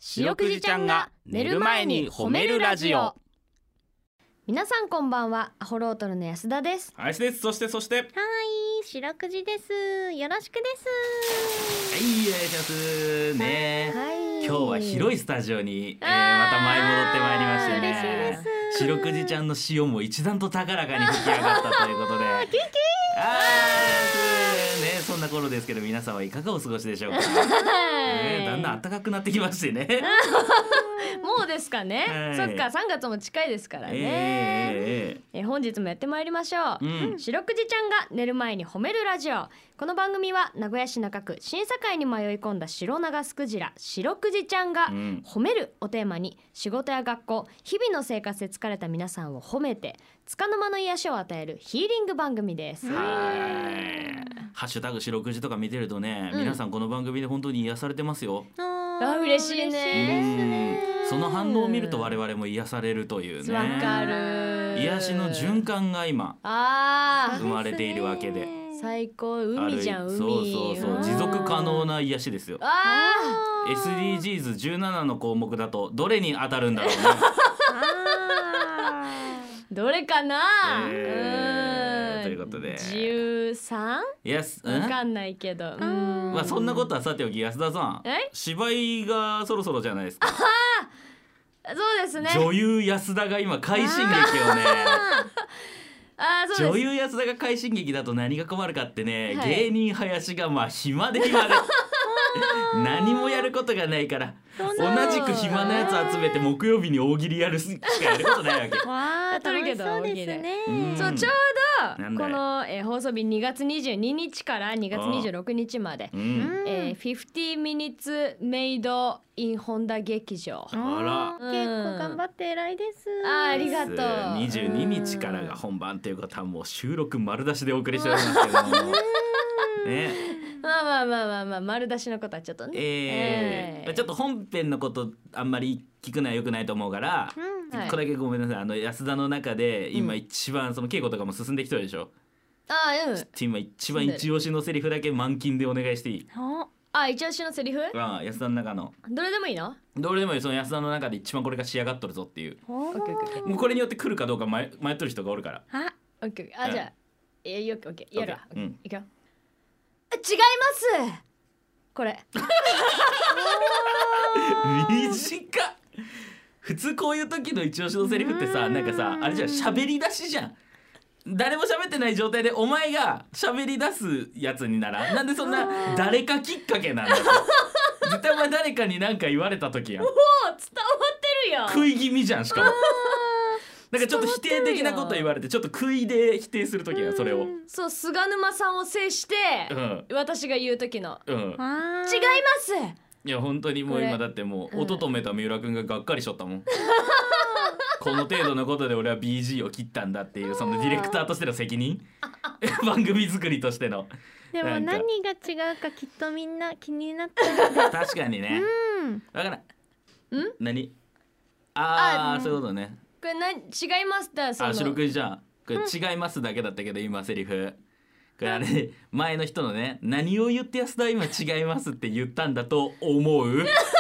白くじちゃんが寝る前に褒めるラジオ。 皆さんこんばんは、アホロートルの安田です。 林です。そしてはい、白くじです。よろしくです。 はい、お願いしますね、 はい、 今日は広いスタジオに、また舞い戻ってまいりましてね。 嬉しいです。 白くじちゃんの塩も一段と高らかに吹き上がったということでね、そんな頃ですけど皆さんはいかがお過ごしでしょうか。だんだん暖かくなってきましてね。 もうですかね、そっか、3月も近いですからね。本日もやってまいりましょう、白くじちゃんが寝る前に褒めるラジオ。この番組は名古屋市中区審査会に迷い込んだ白長スクジラ白くじちゃんが褒めるをテーマに、仕事や学校日々の生活で疲れた皆さんを褒めて束の間の癒しを与えるヒーリング番組です。 ハッシュタグ白くじとか見てるとね、皆さんこの番組で本当に癒されてますよ。 嬉しいね。 その反応を見ると我々も癒されるというね。 わかる。 癒しの循環が今生まれているわけで、 最高。海じゃん、海。 そう持続可能な癒しですよ。SDGs17 の項目だとどれに当たるんだろうね。 どれかな、 ということで 13？ わかんないけど、 まあそんなことはさておき、安田さん、芝居がそろそろじゃないですか。 そうですね。 女優安田が今快進撃をね。女優安田が快進撃だと何が困るかってね、芸人林がまあ暇で何もやることがないから、同じく暇なやつ集めて木曜日に大喜利やるしかやることないわけ。 わー、楽しそうですね。 そう、ちょうどこの、放送日2月22日から2月26日まで、50 minutes made in 本田劇場。 結構頑張って偉いです。 ありがとう。 22日からが本番っていうことはもう収録丸出しでお送りしておりますけどもね。まあ丸出しのことはちょっとね、 ちょっと本編のことあんまり聞くのは良くないと思うから、これだけごめんなさい。安田の中で今一番その稽古とかも進んできてるでしょ。今一番一押しのセリフだけ満勤でお願いしていい？ 一押しのセリフ？ 安田の中のどれでもいいの？どれでもいい。その安田の中で一番これが仕上がっとるぞっていう。もうこれによって来るかどうか迷っとる人がおるから。 じゃあやるわ。いくよ。違います。これ。 短っ。普通こういう時の一押しのセリフってさ、なんかさ、あれじゃん、喋り出しじゃん。誰も喋ってない状態でお前が喋り出すやつにならなんでそんな誰かきっかけなんだよ。絶対お前誰かに何か言われた時やん。 伝わってるよ。 食い気味じゃん。しかもなんかちょっと否定的なこと言われてちょっと食いで否定する時や、それを。 そう、菅沼さんを制して、私が言う時の、違います。 いや本当にもう今だってもう音止めた三浦くんががっかりしとったもん。この程度のことで俺は BG を切ったんだっていう、そのディレクターとしての責任番組作りとしての。 でも何が違うかきっとみんな気になったので。 確かにね。わからん。何？そういうことね。 これ違いますだ。 白くじじゃん。これ違いますだけだったけど今セリフ。これあれ前の人のね、何を言って安田今違いますって言ったんだと思う？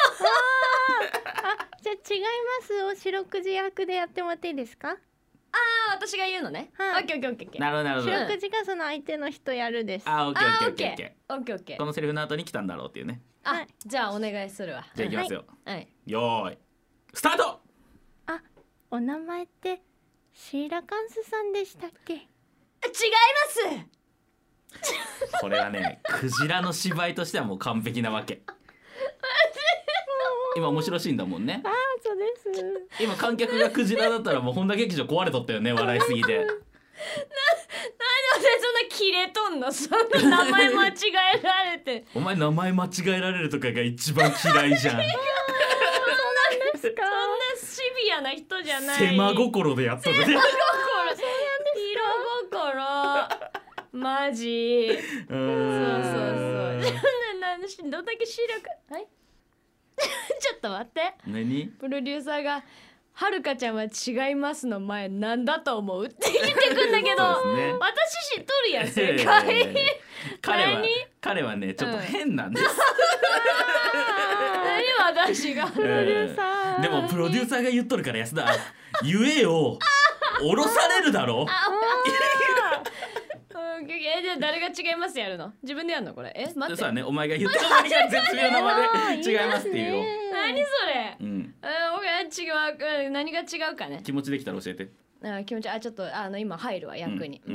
じゃあ違いますを白くじ役でやってもらっていいですか？ 私が言うのね。オッケー。 なるほど。 白くじがその相手の人やるです。 オッケー。このセリフの後に来たんだろうっていうね。 じゃあお願いするわ。 じゃあいきますよ。よーいスタート。 お名前ってシーラカンスさんでしたっけ？違います。 これはね、クジラの芝居としてはもう完璧なわけ。今面白いシーンだもんね。 そうです。 今観客がクジラだったらもう本田劇場壊れとったよね、笑いすぎて。 なんでそんなキレとんの？そんな名前間違えられて。 お前名前間違えられるとかが一番嫌いじゃん。 そうなんですか？ そんなシビアな人じゃない。 狭心でやっとるね。 色心マジ。そう。どんだけ視力。ちょっと待って。 何？ プロデューサーがはるかちゃんは違いますの前なんだと思うって言ってくんだけど、 そうですね私知っとるやん正解。 彼はねちょっと変なんです、 何私がプロデューサーでもプロデューサーが言っとるから安田言えよ降ろされるだろ。 じゃあ誰が違いますやるの？自分でやるのこれ？待って。 そうだね、お前が言ったお前が絶妙なまで違いますっていうよ。 何それ？ うん。 違う、何が違うかね。 気持ちできたら教えて。 気持ちちょっと今入るわ役に。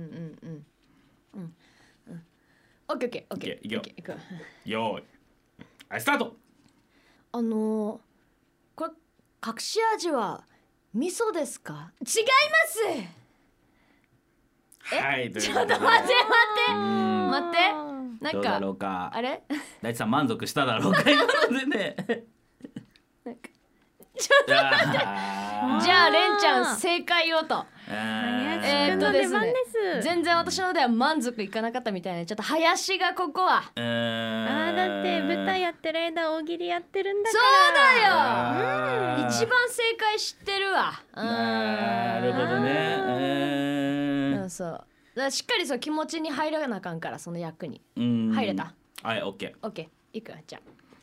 オッケーオッケー。 いくよ。よーい。はいスタート。 これ隠し味は味噌ですか？違います。 はい。 ちょっと待って。なんどうだろうか。 あれ？ 大地さん満足しただろうか今のでね。 ちょっと待って。じゃあレンちゃん正解をと。ですね。全然私のでは満足いかなかったみたいな。ちょっと林がここは。 だって舞台やってる間大喜利やってるんだから。そうだよ。一番正解知ってるわ。 なるほどね。 そう。だからしっかりそう気持ちに入らなあかんからその役に。入れた。 はい、オッケー。 オッケー。いくわじゃ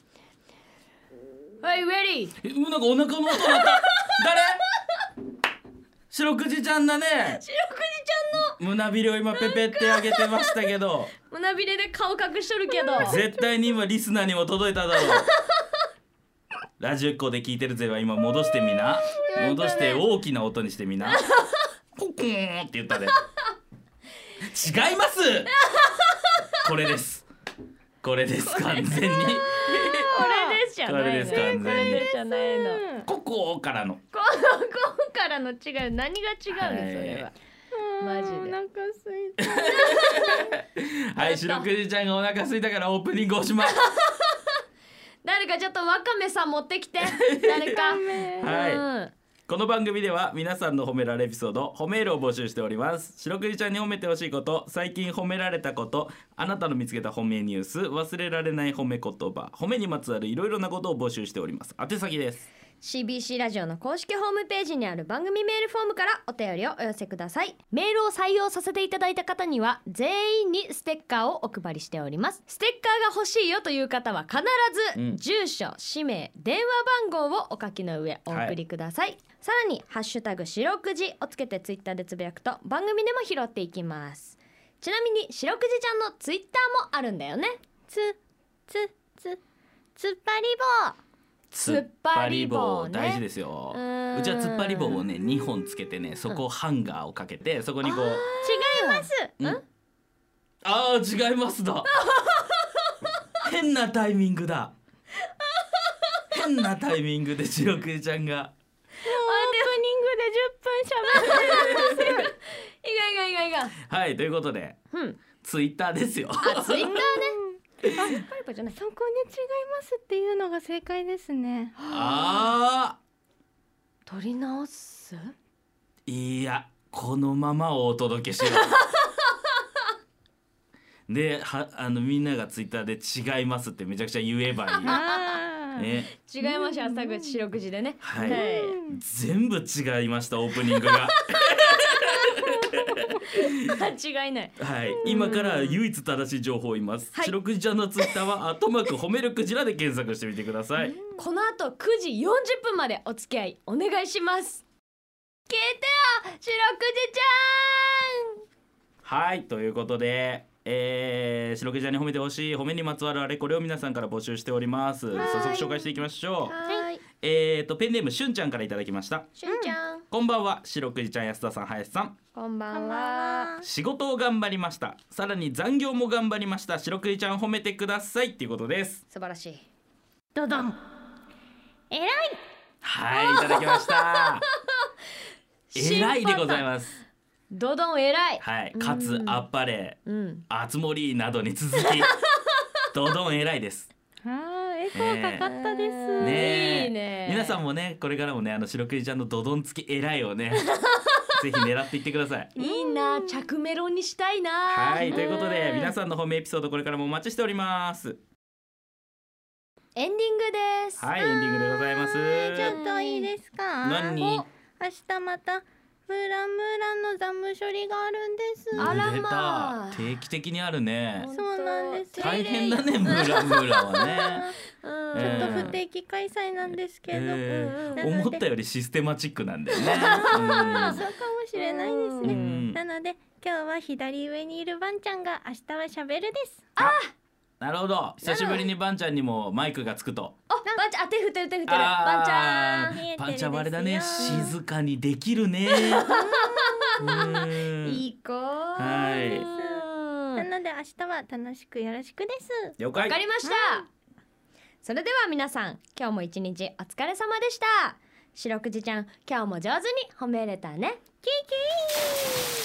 あ。はい、レディー。 なんかお腹の音鳴った。誰？白くじちゃんだね。 白くじちゃんの胸びれを今ペペってあげてましたけど。 胸びれで顔隠しとるけど。 絶対に今リスナーにも届いただろう。ラジオ1個で聞いてるぜは今戻してみな。戻して大きな音にしてみな。ココーンって言ったで。違います。これです。完全に。 これですじゃないの。 これです完全に。 じゃないの。 ここからの。 こからの違う。何が違うのそれは。マジで。 お腹すいた。 はい、白くじちゃんがお腹すいたからオープニングおしまい。 誰かちょっとわかめさん持ってきて。誰か。 はい。この番組では皆さんの褒められエピソード褒めールを募集しております。白くじちゃんに褒めてほしいこと、最近褒められたこと、あなたの見つけた褒めニュース、忘れられない褒め言葉、褒めにまつわるいろいろなことを募集しております。宛先です。 CBC ラジオの公式ホームページにある番組メールフォームからお便りをお寄せください。メールを採用させていただいた方には全員にステッカーをお配りしております。ステッカーが欲しいよという方は必ず住所、氏名、電話番号をお書きの上お送りください。さらにハッシュタグ白くじをつけてツイッターでつぶやくと番組でも拾っていきます。ちなみに白くじちゃんのツイッターもあるんだよね。 つっぱり棒。 突っ張り棒ね、 大事ですよ。うちは突っ張り棒をね2本つけてね、そこをハンガーをかけてそこにこう違います。 違いますだ。変なタイミングだ。変なタイミングで白くじちゃんがオープニングで10分喋ってます。 いがはいということで、ツイッターですよ。 ツイッターね。 そこに違いますっていうのが正解ですね。 取り直す？ いや、このままをお届けしよう。でみんながツイッターで違いますってめちゃくちゃ言えばいい。 違いました。白くじでね。 はい。全部違いましたオープニングが。 間違いない。 はい。今から唯一正しい情報を言います。白くじちゃんのツイッターは褒めるクジラで検索してみてください。 この後9時40分までお付き合いお願いします。聞いてよ白くじちゃん。はいということで。白くじちゃんに褒めてほしい褒めにまつわるあれこれを皆さんから募集しております。早速紹介していきましょう。ペンネームしゅんちゃんからいただきました。 しゅんちゃん、 こんばんは。白くじちゃん、安田さん、林さん、 こんばんは。 仕事を頑張りました。さらに残業も頑張りました。白くじちゃん褒めてくださいっていうことです。 素晴らしい。 どどん。えらい。 はい、いただきました。えらいでございます。 どどんえらい。 はい、かつあっぱれ、あつ森などに続きどどんえらいです。 エコーかかったです。 ね、 いいね。 皆さんもねこれからもね白くじちゃんのどどん付きえらいをねぜひ狙っていってください。 いいな、着メロにしたいな。 はいということで皆さんの褒めエピソードこれからもお待ちしております。 エンディングです。 はい、エンディングでございます。 ちょっといいですか？ 何？ 明日またムラムラの残務処理があるんです。 あらまあ、 定期的にあるね。 そうなんです。 大変だね、ムラムラはね。 ちょっと不定期開催なんですけど、 思ったよりシステマチックなんだよね。 そうかもしれないですね。なので今日は左上にいるバンちゃんが明日はしゃべるです。 なるほど、久しぶりにバンちゃんにもマイクがつくと。 バンちゃん、手振ってるバンちゃん。 バンちゃんはあれだね、静かにできるね。 いい子。 はい。 なので明日は楽しくよろしくです。 了解。 わかりました。それでは皆さん、今日も一日お疲れ様でした。白くじちゃん、今日も上手に褒めれたね。キーキー。